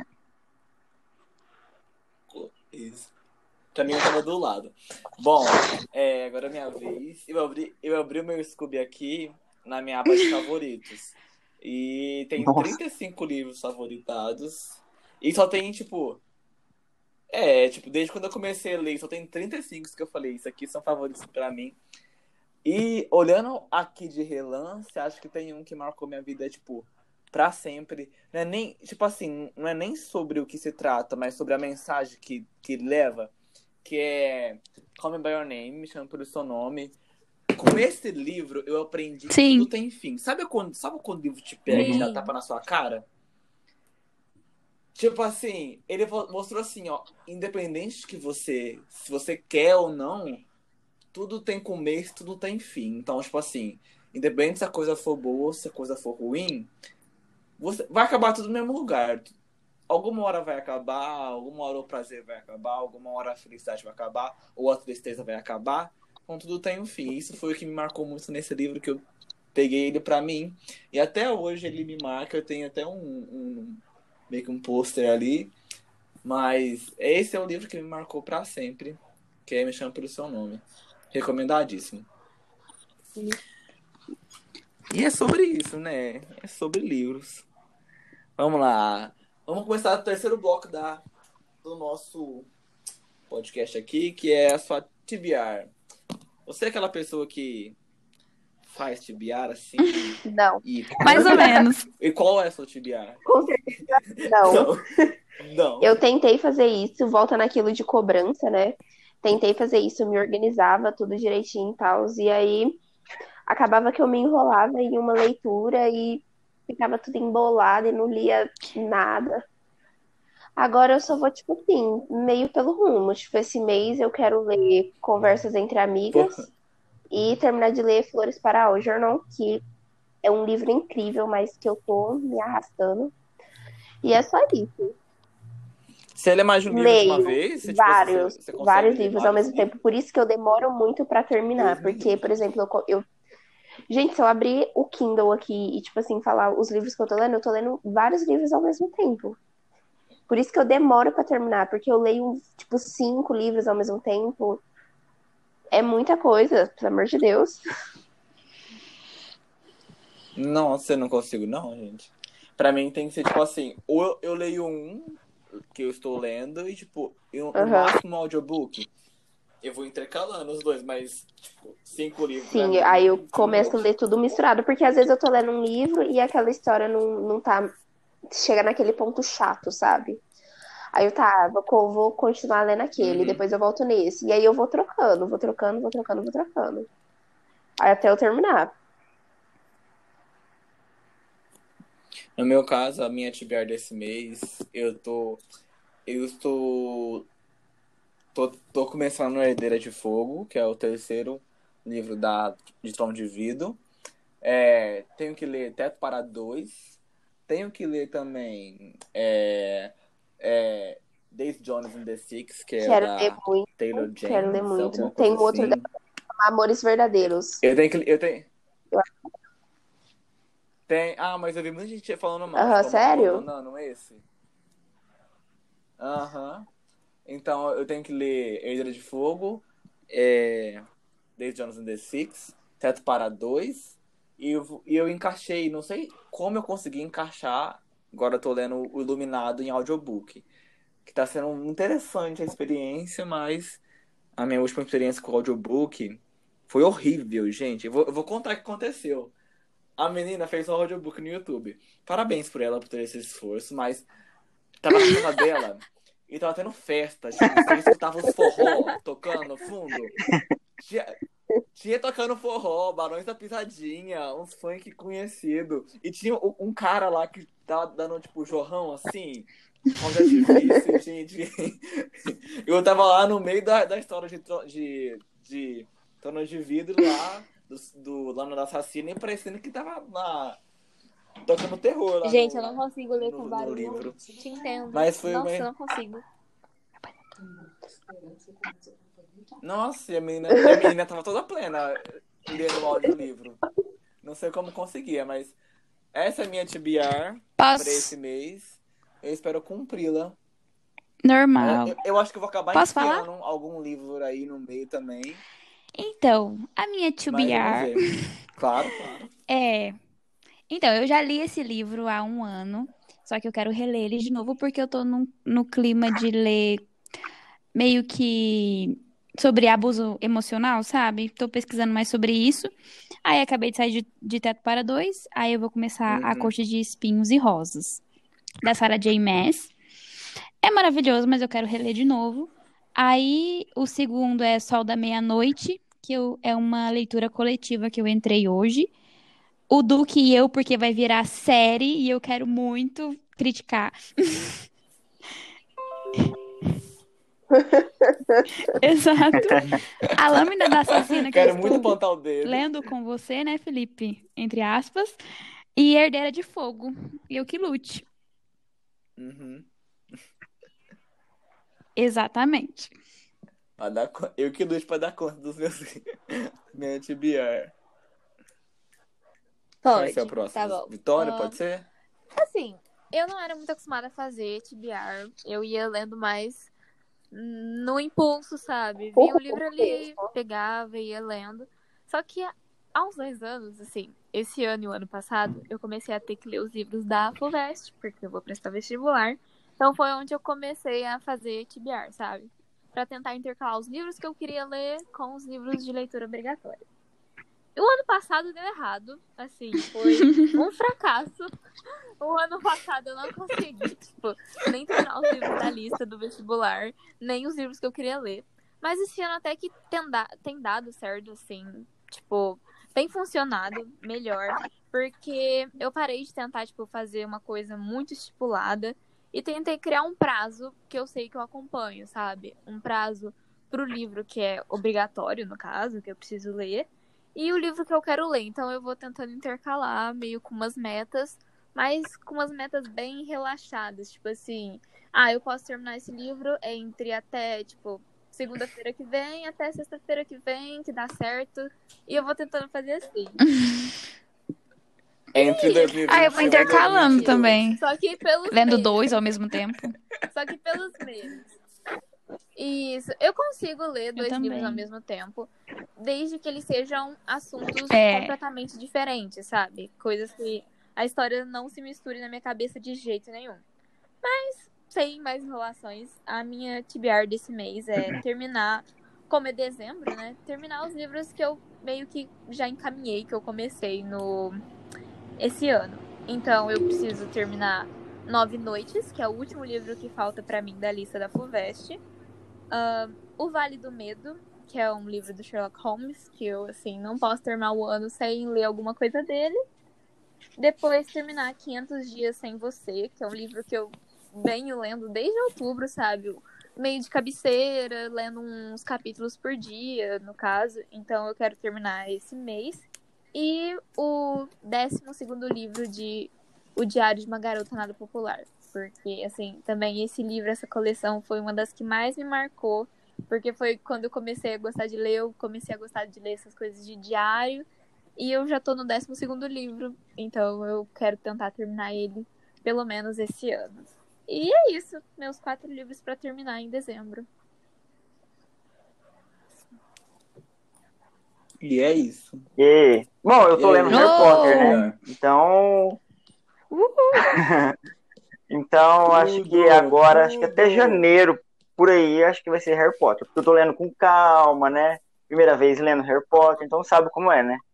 Isso. Pra mim, eu tava do lado. Bom, agora é minha vez. Eu abri o meu Scooby aqui na minha aba de favoritos. E tem Nossa. 35 livros favoritados. E só tem, tipo, desde quando eu comecei a ler, só tem 35 que eu falei, isso aqui são favoritos pra mim. E olhando aqui de relance, acho que tem um que marcou minha vida, tipo, pra sempre. Não é nem, tipo assim, não é nem sobre o que se trata, mas sobre a mensagem que leva, que é Call Me By Your Name, Me Chama Pelo Seu Nome. Com esse livro, eu aprendi que Sim. tudo tem fim. Sabe quando o livro te pega e dá Sim. tapa na sua cara? Tipo assim, ele mostrou assim, ó, independente de se você quer ou não, tudo tem começo, tudo tem fim. Então, tipo assim, independente se a coisa for boa ou se a coisa for ruim, vai acabar tudo no mesmo lugar. Alguma hora vai acabar, alguma hora o prazer vai acabar, alguma hora a felicidade vai acabar, ou a tristeza vai acabar. Então tudo tem um fim. Isso foi o que me marcou muito nesse livro, que eu peguei ele pra mim. E até hoje ele me marca. Eu tenho até meio que um pôster ali. Mas esse é o livro que me marcou pra sempre, que é Me Chama Pelo Seu Nome. Recomendadíssimo. E é sobre isso, né? É sobre livros. Vamos lá. Vamos começar o terceiro bloco do nosso podcast aqui, que é a sua TBR. Você é aquela pessoa que faz TBR assim? Não, Mais ou menos. E qual é a sua TBR? com certeza não. Não. Eu tentei fazer isso, volta naquilo de cobrança, né? Tentei fazer isso, me organizava tudo direitinho e tal. E aí acabava que eu me enrolava em uma leitura e ficava tudo embolado e não lia nada. Agora eu só vou, tipo assim, meio pelo rumo. Tipo, esse mês eu quero ler Conversas entre Amigas e terminar de ler Flores para Algernon, que é um livro incrível, mas que eu tô me arrastando. E é só isso. Você lê mais de um livro de uma Leio vez? Você, vários, você consegue vários ler livros ao vários mesmo tempo. Por isso que eu demoro muito pra terminar. Deus me Porque, livre. por exemplo, gente, se eu abrir o Kindle aqui e, tipo assim, falar os livros que eu tô lendo vários livros ao mesmo tempo. Por isso que eu demoro pra terminar. Porque eu leio, tipo, 5 livros ao mesmo tempo. É muita coisa, pelo amor de Deus. Nossa, eu não consigo não, gente. Pra mim tem que ser, tipo assim, ou eu leio um que eu estou lendo e, tipo, no Aham. máximo um audiobook. Eu vou intercalando os dois, mas, tipo, 5 livros pra Sim, mim, aí eu too começo a much. ler tudo misturado. Porque às vezes eu tô lendo um livro e aquela história não tá... Chega naquele ponto chato, sabe? Aí eu, tá, vou continuar lendo aquele, Uhum. depois eu volto nesse. E aí eu vou trocando, vou trocando, vou trocando, vou trocando. Aí até eu terminar. No meu caso, a minha TBR desse mês, tô começando a Herdeira de Fogo, que é o terceiro livro de Trono de Vidro. Tenho que ler Teto para Dois. Tenho que ler também Days Jones and the Six, que é Quero ler da muito, Taylor quero ler Jenkins, muito. alguma Tem coisa um outro assim. Amores Verdadeiros. Mas eu vi muita gente falando mal, Aham, tipo, sério? abandonando esse. Aham. Então eu tenho que ler Herdeira de Fogo, Days Jones and the Six, Teto para Dois, e eu encaixei, não sei como eu consegui encaixar, agora eu tô lendo o Iluminado em audiobook, que tá sendo interessante a experiência, mas a minha última experiência com o audiobook foi horrível, gente. Eu vou contar o que aconteceu. A menina fez um audiobook no YouTube. Parabéns por ela por ter esse esforço, mas tava na casa dela e tava tendo festa. Tipo, você escutava os forró tocando no fundo. Tinha tocando forró, Barões da Pisadinha, uns funk conhecido. E tinha um cara lá que tava dando, tipo, jorrão assim. Onde é difícil, gente. Eu tava lá no meio da história de Trono de Vidro lá, do Lana da Assassina, e parecendo que tava lá tocando terror lá Gente, eu não consigo ler com no barulho. livro. Te entendo. Mas foi Nossa, uma... eu não consigo. Nossa, e a menina tava toda plena lendo o audiolivro. Não sei como conseguia, mas essa é a minha TBR pra esse mês. Eu espero cumpri-la. Normal. Eu acho que eu vou acabar Posso falar? enfiando algum livro aí no meio também. Então, a minha Mas vamos TBR ver. Claro. é. Então, eu já li esse livro há um ano, só que eu quero reler ele de novo porque eu tô no clima de ler meio que sobre abuso emocional, sabe? Tô pesquisando mais sobre isso. Aí acabei de sair de Teto para Dois, aí eu vou começar A Uhum. Corte de Espinhos e Rosas, da Sarah J. Maas. É maravilhoso, mas eu quero reler de novo. Aí o segundo é Sol da Meia-Noite, é uma leitura coletiva que eu entrei hoje. O Duque e eu, porque vai virar série e eu quero muito criticar. Exato. A Lâmina da Assassina que eu Quero muito estou apontar o dedo. lendo com você, né, Felipe? Entre aspas. E Herdeira de Fogo. Eu que lute. Uhum. Exatamente. Eu que luto pra dar conta dos meus minha TBR. Qual vai Pode, ser a próxima? tá bom. Vitória, pode ser? Assim, eu não era muito acostumada a fazer TBR. Eu ia lendo mais no impulso, sabe? Via o livro ali, pegava e ia lendo. Só que há uns 2 anos, assim, esse ano e o ano passado, eu comecei a ter que ler os livros da FUVEST, porque eu vou prestar vestibular. Então foi onde eu comecei a fazer TBR, sabe? Pra tentar intercalar os livros que eu queria ler com os livros de leitura obrigatória. O ano passado deu errado, assim, foi um fracasso. O ano passado eu não consegui, tipo, nem terminar os livros da lista do vestibular, nem os livros que eu queria ler. Mas esse ano até que tem dado certo, assim, tipo, tem funcionado melhor, porque eu parei de tentar, tipo, fazer uma coisa muito estipulada e tentei criar um prazo que eu sei que eu acompanho, sabe? Um prazo pro livro que é obrigatório, no caso, que eu preciso ler, e o livro que eu quero ler. Então eu vou tentando intercalar meio com umas metas, mas com umas metas bem relaxadas. Tipo assim, eu posso terminar esse livro entre até, tipo, segunda-feira que vem até sexta-feira que vem, que dá certo. E eu vou tentando fazer assim. Entre 2021 eu vou intercalando e 2022. também. Só que pelos Lendo meses. 2 ao mesmo tempo. Só que pelos meses. Isso. Eu consigo ler 2 livros também. ao mesmo tempo, desde que eles sejam assuntos completamente diferentes, sabe? Coisas que a história não se misture na minha cabeça de jeito nenhum. Mas, sem mais enrolações, a minha TBR desse mês é terminar, como é dezembro, né? Terminar os livros que eu meio que já encaminhei, que eu comecei esse ano. Então, eu preciso terminar 9 Noites, que é o último livro que falta pra mim da lista da FUVEST. O Vale do Medo, que é um livro do Sherlock Holmes, que eu, assim, não posso terminar o ano sem ler alguma coisa dele. Depois terminar 500 Dias Sem Você, que é um livro que eu venho lendo desde outubro, sabe? Meio de cabeceira, lendo uns capítulos por dia, no caso. Então eu quero terminar esse mês. E o 12º livro de O Diário de uma Garota Nada Popular. Porque, assim, também esse livro, essa coleção, foi uma das que mais me marcou. Porque foi quando eu comecei a gostar de ler, eu comecei a gostar de ler essas coisas de diário. E eu já tô no 12º livro, então eu quero tentar terminar ele, pelo menos esse ano. E é isso, meus 4 livros pra terminar em dezembro. E é isso. Bom, eu tô lendo Harry Potter, né? Então... Então, acho que agora, acho que até janeiro, por aí, acho que vai ser Harry Potter. Porque eu tô lendo com calma, né? Primeira vez lendo Harry Potter, então sabe como é, né?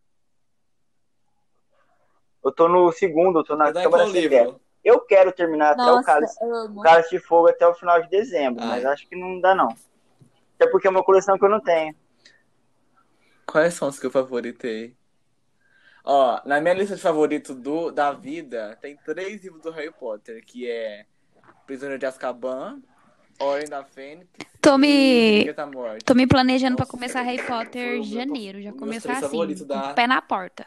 Eu tô no segundo, eu tô na Câmara Secreta. Eu quero terminar até o Cálice de Fogo até o final de dezembro, mas acho que não dá, não. Até porque é uma coleção que eu não tenho. Quais são os que eu favoritei? Ó, na minha lista de favoritos da vida, tem 3 livros do Harry Potter, que é Prisioneiro de Azkaban, Ordem da Fênix Tô e me Relíquias da Morte. tô me planejando pra Nossa, começar Harry Potter em janeiro. Já começar assim, com o pé na porta.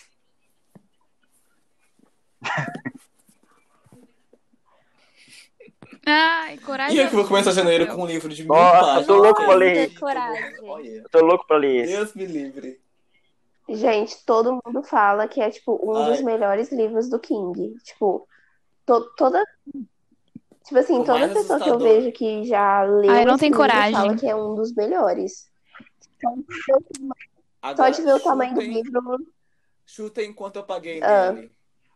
Ai, coragem. E eu que vou começar janeiro com um livro de 1000 Nossa, páginas. eu tô louco pra ler. Coragem. Eu tô louco pra ler esse. Deus me livre. Gente, todo mundo fala que é, tipo, um dos melhores livros do King. Tipo, toda... Tipo assim, O toda mais pessoa que eu assustador. vejo que já leu Ai, eu não esse tenho livro coragem. fala que é um dos melhores. Agora, Só de ver o tamanho do livro... Chutem quanto eu paguei nele.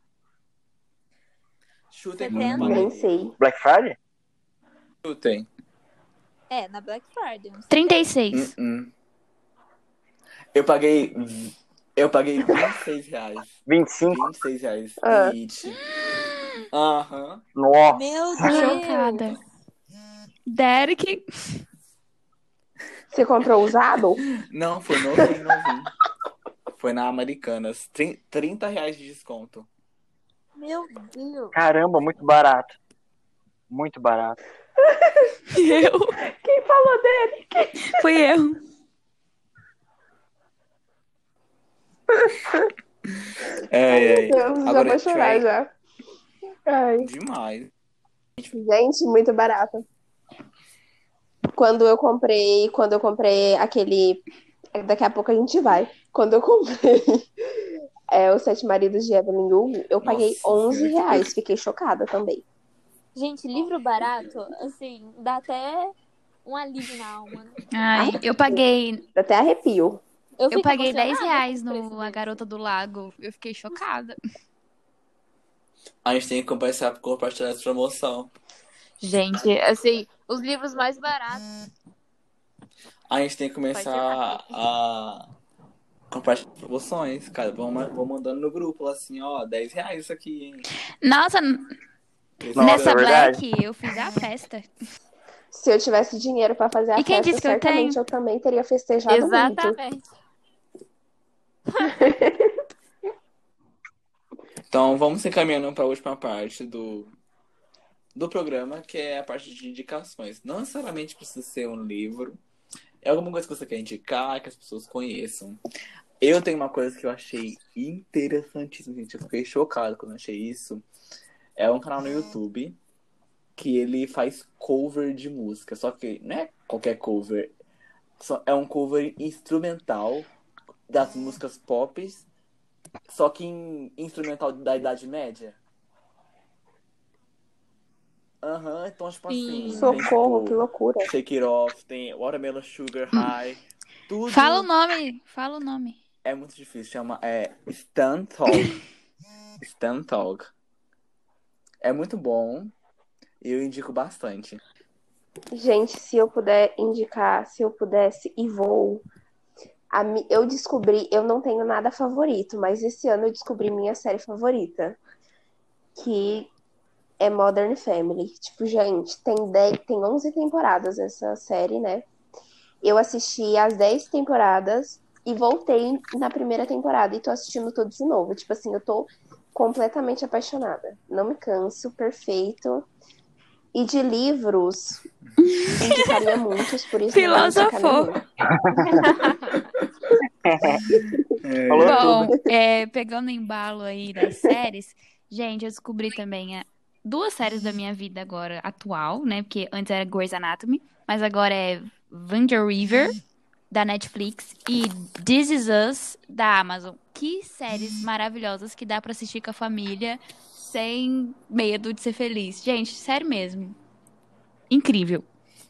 Chutem quanto eu paguei Nem nele. sei. Black Friday? Chutem. É, na Black Friday. 36. Eu paguei R$26. 25? R$26 em It. Nossa. Meu Tô Deus. chocada. Derek. Você comprou usado? Não, foi novinho. Foi na Americanas. R$30 de desconto. Meu Deus. Caramba, muito barato. Muito barato. Eu. Quem falou dele? Fui eu. Ai. Deus, já Agora, vou chorar já. Ai. Demais. Gente, muito barato. Quando eu comprei aquele... Daqui a pouco a gente vai. Quando eu comprei Os Sete Maridos de Evelyn Hugo, eu paguei Nossa R$11. Senhora, Fiquei chocada também. Gente, livro barato, assim, dá até um alívio na alma, né? Ai, eu paguei Dá até arrepio. Eu fico paguei R$10 emocionada com o preço no A dele. Garota do Lago. Eu fiquei chocada. a gente tem que compartilhar essa promoção. Gente, assim, os livros mais baratos. A gente tem que Pode ser começar a compartilhar promoções, cara. Vou mandando no grupo lá assim, ó, R$10 isso aqui, hein? Nossa, Precisando. nessa é verdade. Black eu fiz a festa. Se eu tivesse dinheiro pra fazer a E quem festa, disse que eu certamente tenho? eu também teria festejado muito. Exatamente. Então vamos se encaminhando para a última parte do programa, que é a parte de indicações. Não necessariamente precisa ser um livro. É alguma coisa que você quer indicar, que as pessoas conheçam. Eu tenho uma coisa que eu achei interessantíssima, gente. Eu fiquei chocado quando eu achei isso. É um canal no YouTube que ele faz cover de música. Só que não é qualquer cover. É um cover instrumental das músicas pop, só que em instrumental da Idade Média. Aham, então, tipo assim, Sim. tem, Socorro, tipo, que loucura. Shake It Off, tem Watermelon Sugar High, tudo Fala o nome. é muito difícil, chama Stand Tall. Stand Tall. É muito bom e eu indico bastante. Gente, se eu pudesse e vou. Eu descobri, eu não tenho nada favorito, mas esse ano eu descobri minha série favorita, que é Modern Family. Tipo, gente, tem 11 temporadas essa série, né? Eu assisti as 10 temporadas e voltei na primeira temporada e tô assistindo tudo de novo. Tipo assim, eu tô completamente apaixonada. Não me canso, perfeito. E de livros, indicaria muitos, por isso não vou indicar Filosofou. nenhum. Falou Bom, tudo. pegando o embalo aí das séries, gente, eu descobri também duas séries da minha vida agora, atual, né? Porque antes era Grey's Anatomy, mas agora é Vander River, da Netflix, e This Is Us, da Amazon. Que séries maravilhosas que dá pra assistir com a família sem medo de ser feliz. Gente, sério mesmo. Incrível.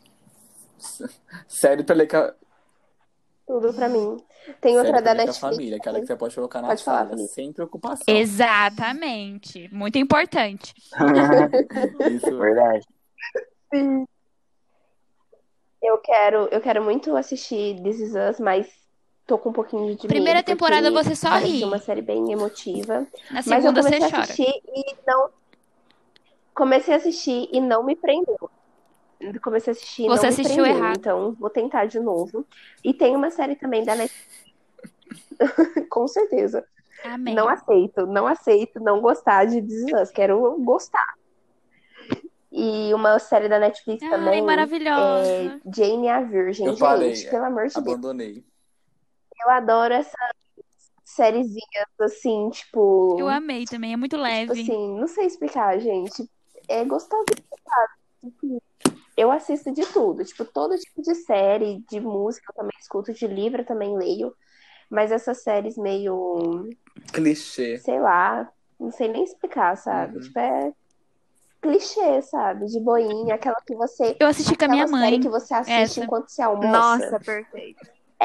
Série pra ler com Tudo pra mim. Tem outra da a Netflix família, aquela que também. você pode colocar na Pode falar, sala, Felipe. sem preocupação. Exatamente. Muito importante. Isso. Verdade. Sim. Eu quero muito assistir This Is Us, mas tô com um pouquinho de Primeira medo, temporada porque você só parece ri. ser uma série bem emotiva. Na Mas eu segunda você comecei a chora. assistir e não. Comecei a assistir e não me prendeu. Comecei a assistir e Você não me assistiu prendeu. errado. Então, vou tentar de novo. E tem uma série também da Netflix. Com certeza. Amém. Não aceito não gostar de This Is Us. Quero gostar. E uma série da Netflix Ai, também maravilhosa. é Jane a Virgem. Eu parei, Gente, pelo amor de Deus. abandonei. Eu adoro essas sériezinhas, assim, tipo... Eu amei também, é muito Tipo leve. assim, não sei explicar, gente. É gostosinho, sabe? Eu assisto de tudo. Tipo, todo tipo de série, de música eu também escuto, de livro eu também leio. Mas essas séries meio... Clichê. Sei lá, não sei nem explicar, sabe? Uhum. Tipo, é clichê, sabe? De boinha, aquela que você... Eu assisti com a minha Aquela série mãe. que você assiste Essa. enquanto você almoça. Nossa, perfeito.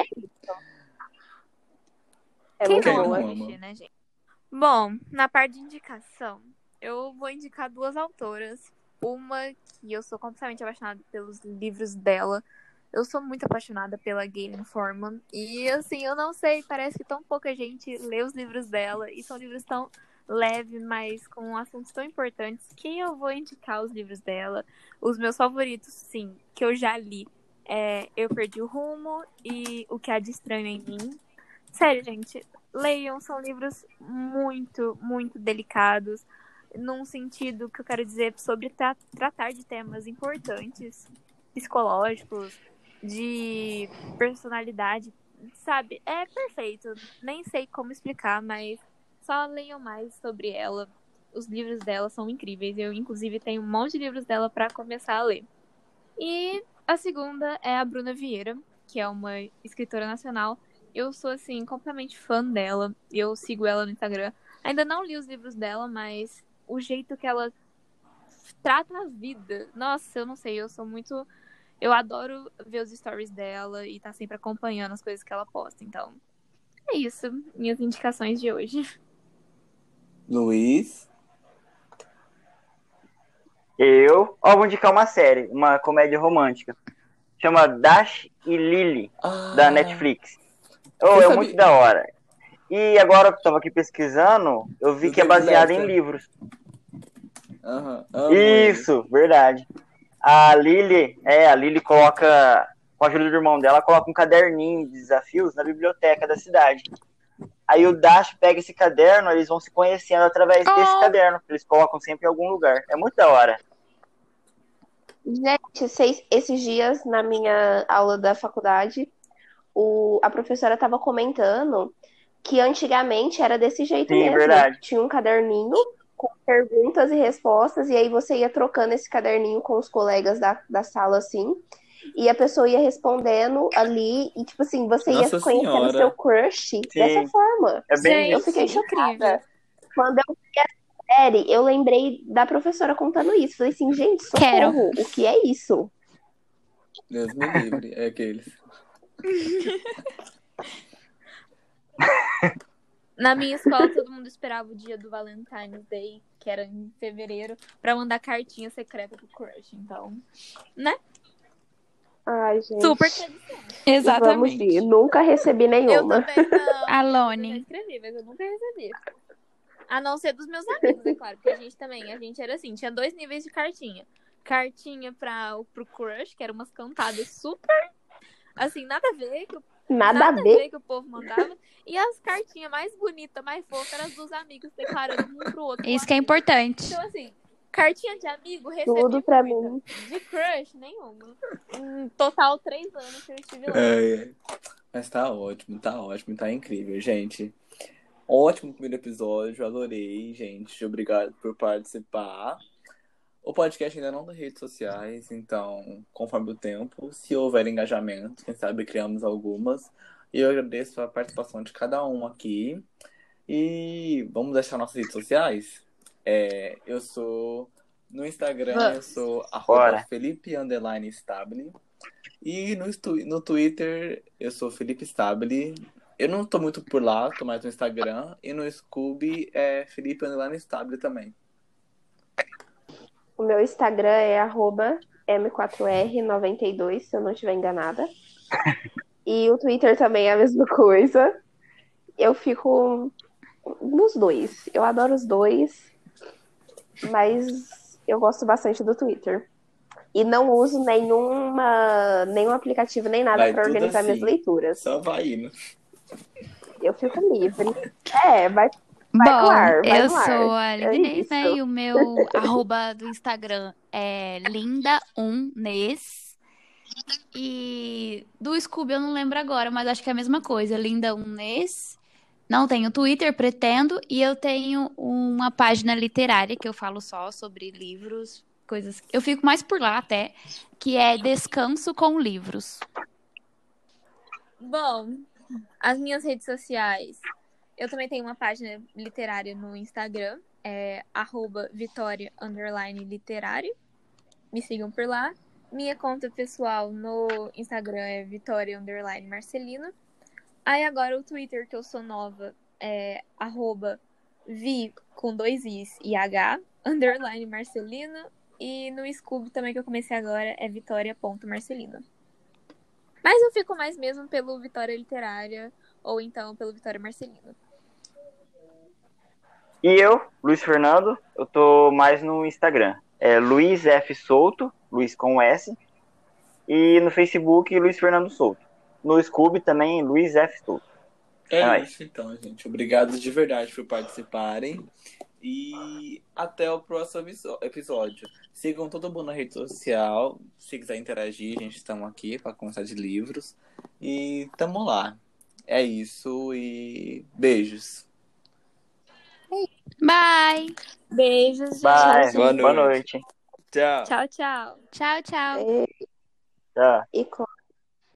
É Quem muito Quem não não boa. ama? assistir, né, gente? Bom, na parte de indicação, eu vou indicar duas autoras. Uma que eu sou completamente apaixonada pelos livros dela. Eu sou muito apaixonada pela Gaylen Forman. E, assim, eu não sei, parece que tão pouca gente lê os livros dela. E são livros tão leves, mas com assuntos tão importantes, que eu vou indicar os livros dela. Os meus favoritos, sim, que eu já li, é Eu Perdi o Rumo e O Que Há de Estranho em Mim. Sério, gente, leiam, são livros muito, muito delicados, num sentido que eu quero dizer sobre tratar de temas importantes, psicológicos, de personalidade, sabe? É perfeito, nem sei como explicar, mas só leiam mais sobre ela. Os livros dela são incríveis, eu inclusive tenho um monte de livros dela para começar a ler. E a segunda é a Bruna Vieira, que é uma escritora nacional. eu sou, assim, completamente fã dela. Eu sigo ela no Instagram. Ainda não li os livros dela, mas o jeito que ela trata a vida. Nossa, eu não sei, eu sou muito. Eu adoro ver os stories dela e tá sempre acompanhando as coisas que ela posta. Então, é isso. Minhas indicações de hoje. Luiz. Vou indicar uma série, uma comédia romântica. Chama Dash e Lily, da Netflix. É muito da hora. E agora que eu tava aqui pesquisando, eu vi que é baseada em livros. Isso, verdade. A Lily coloca, com a ajuda do irmão dela, coloca um caderninho de desafios na biblioteca da cidade. Aí o Dash pega esse caderno, eles vão se conhecendo através desse caderno, que eles colocam sempre em algum lugar. É muito da hora. Gente, esses dias, na minha aula da faculdade, a professora estava comentando que antigamente era desse jeito mesmo. Verdade. Tinha um caderninho com perguntas e respostas, e aí você ia trocando esse caderninho com os colegas da sala, assim, e a pessoa ia respondendo ali, e tipo assim, você ia conhecendo seu crush dessa forma. É bem eu fiquei chocada. Quando eu vi a série, eu lembrei da professora contando isso. Falei assim, gente, socorro, o que é isso? Deus me livre, é aqueles. Na minha escola, todo mundo esperava o dia do Valentine's Day, que era em fevereiro, pra mandar cartinha secreta pro crush. Então, né? Ai, gente. Super tradição. Exatamente. Vamos ver. Nunca recebi nenhuma. Eu também não. Alone. Eu escrevi, mas eu nunca recebi. A não ser dos meus amigos, é claro. Porque a gente era assim, tinha 2 níveis de cartinha. Cartinha pro crush, que eram umas cantadas super, assim, nada a ver. Nada a ver que o povo mandava. E as cartinhas mais bonitas, mais fofas, eram as dos amigos declarando um pro outro. Isso que é importante. Então, assim, cartinha de amigo, recebi tudo pra muita. mim. De crush, nenhuma. Em total, 3 anos que eu estive lá. Mas tá ótimo, tá incrível, gente. Ótimo primeiro episódio, adorei, gente. Obrigado por participar. O podcast ainda não tem redes sociais, então, conforme o tempo, se houver engajamento, quem sabe criamos algumas. E eu agradeço a participação de cada um aqui. E vamos deixar nossas redes sociais? Eu sou... No Instagram, eu sou @Felipe_Stabile. E no Twitter, eu sou Felipe Stabile. Eu não tô muito por lá, tô mais no Instagram. E no Scooby é Felipe_Stabile também. O meu Instagram é @M4R92, se eu não estiver enganada. E o Twitter também é a mesma coisa. Eu fico nos dois. Eu adoro os dois. Mas eu gosto bastante do Twitter. E não uso nenhum aplicativo, nem nada para organizar minhas leituras. Só vai indo. Eu fico livre. Eu sou a Livinez, né? E o meu @ do Instagram é linda1nes. E do Scooby eu não lembro agora, mas acho que é a mesma coisa, linda1nes. Não tenho Twitter, pretendo. E eu tenho uma página literária que eu falo só sobre livros, coisas. Eu fico mais por lá até, que é Descanso com Livros. Bom, as minhas redes sociais... Eu também tenho uma página literária no Instagram, é @Vitória_literário. Me sigam por lá. Minha conta pessoal no Instagram é Vitória_Marcelino. Aí agora o Twitter, que eu sou nova, é @Vi com 2 Is e H, _Marcelino. E no Scooby também, que eu comecei agora, é Vitória.Marcelino. Mas eu fico mais mesmo pelo Vitória Literária ou então pelo Vitória Marcelino. E eu, Luiz Fernando, eu tô mais no Instagram. É Luiz F. Souto, Luiz com S. E no Facebook, Luiz Fernando Souto. No Scooby também, Luiz F. Souto. É isso então, gente. Obrigado de verdade por participarem. E até o próximo episódio. Sigam todo mundo na rede social. Se quiser interagir, a gente estamos aqui para conversar de livros. E tamo lá. É isso e beijos. Bye! Beijos, gente. Bye. Boa Boa noite. Tchau. Tchau, tchau. Tchau, tchau. Tchau. E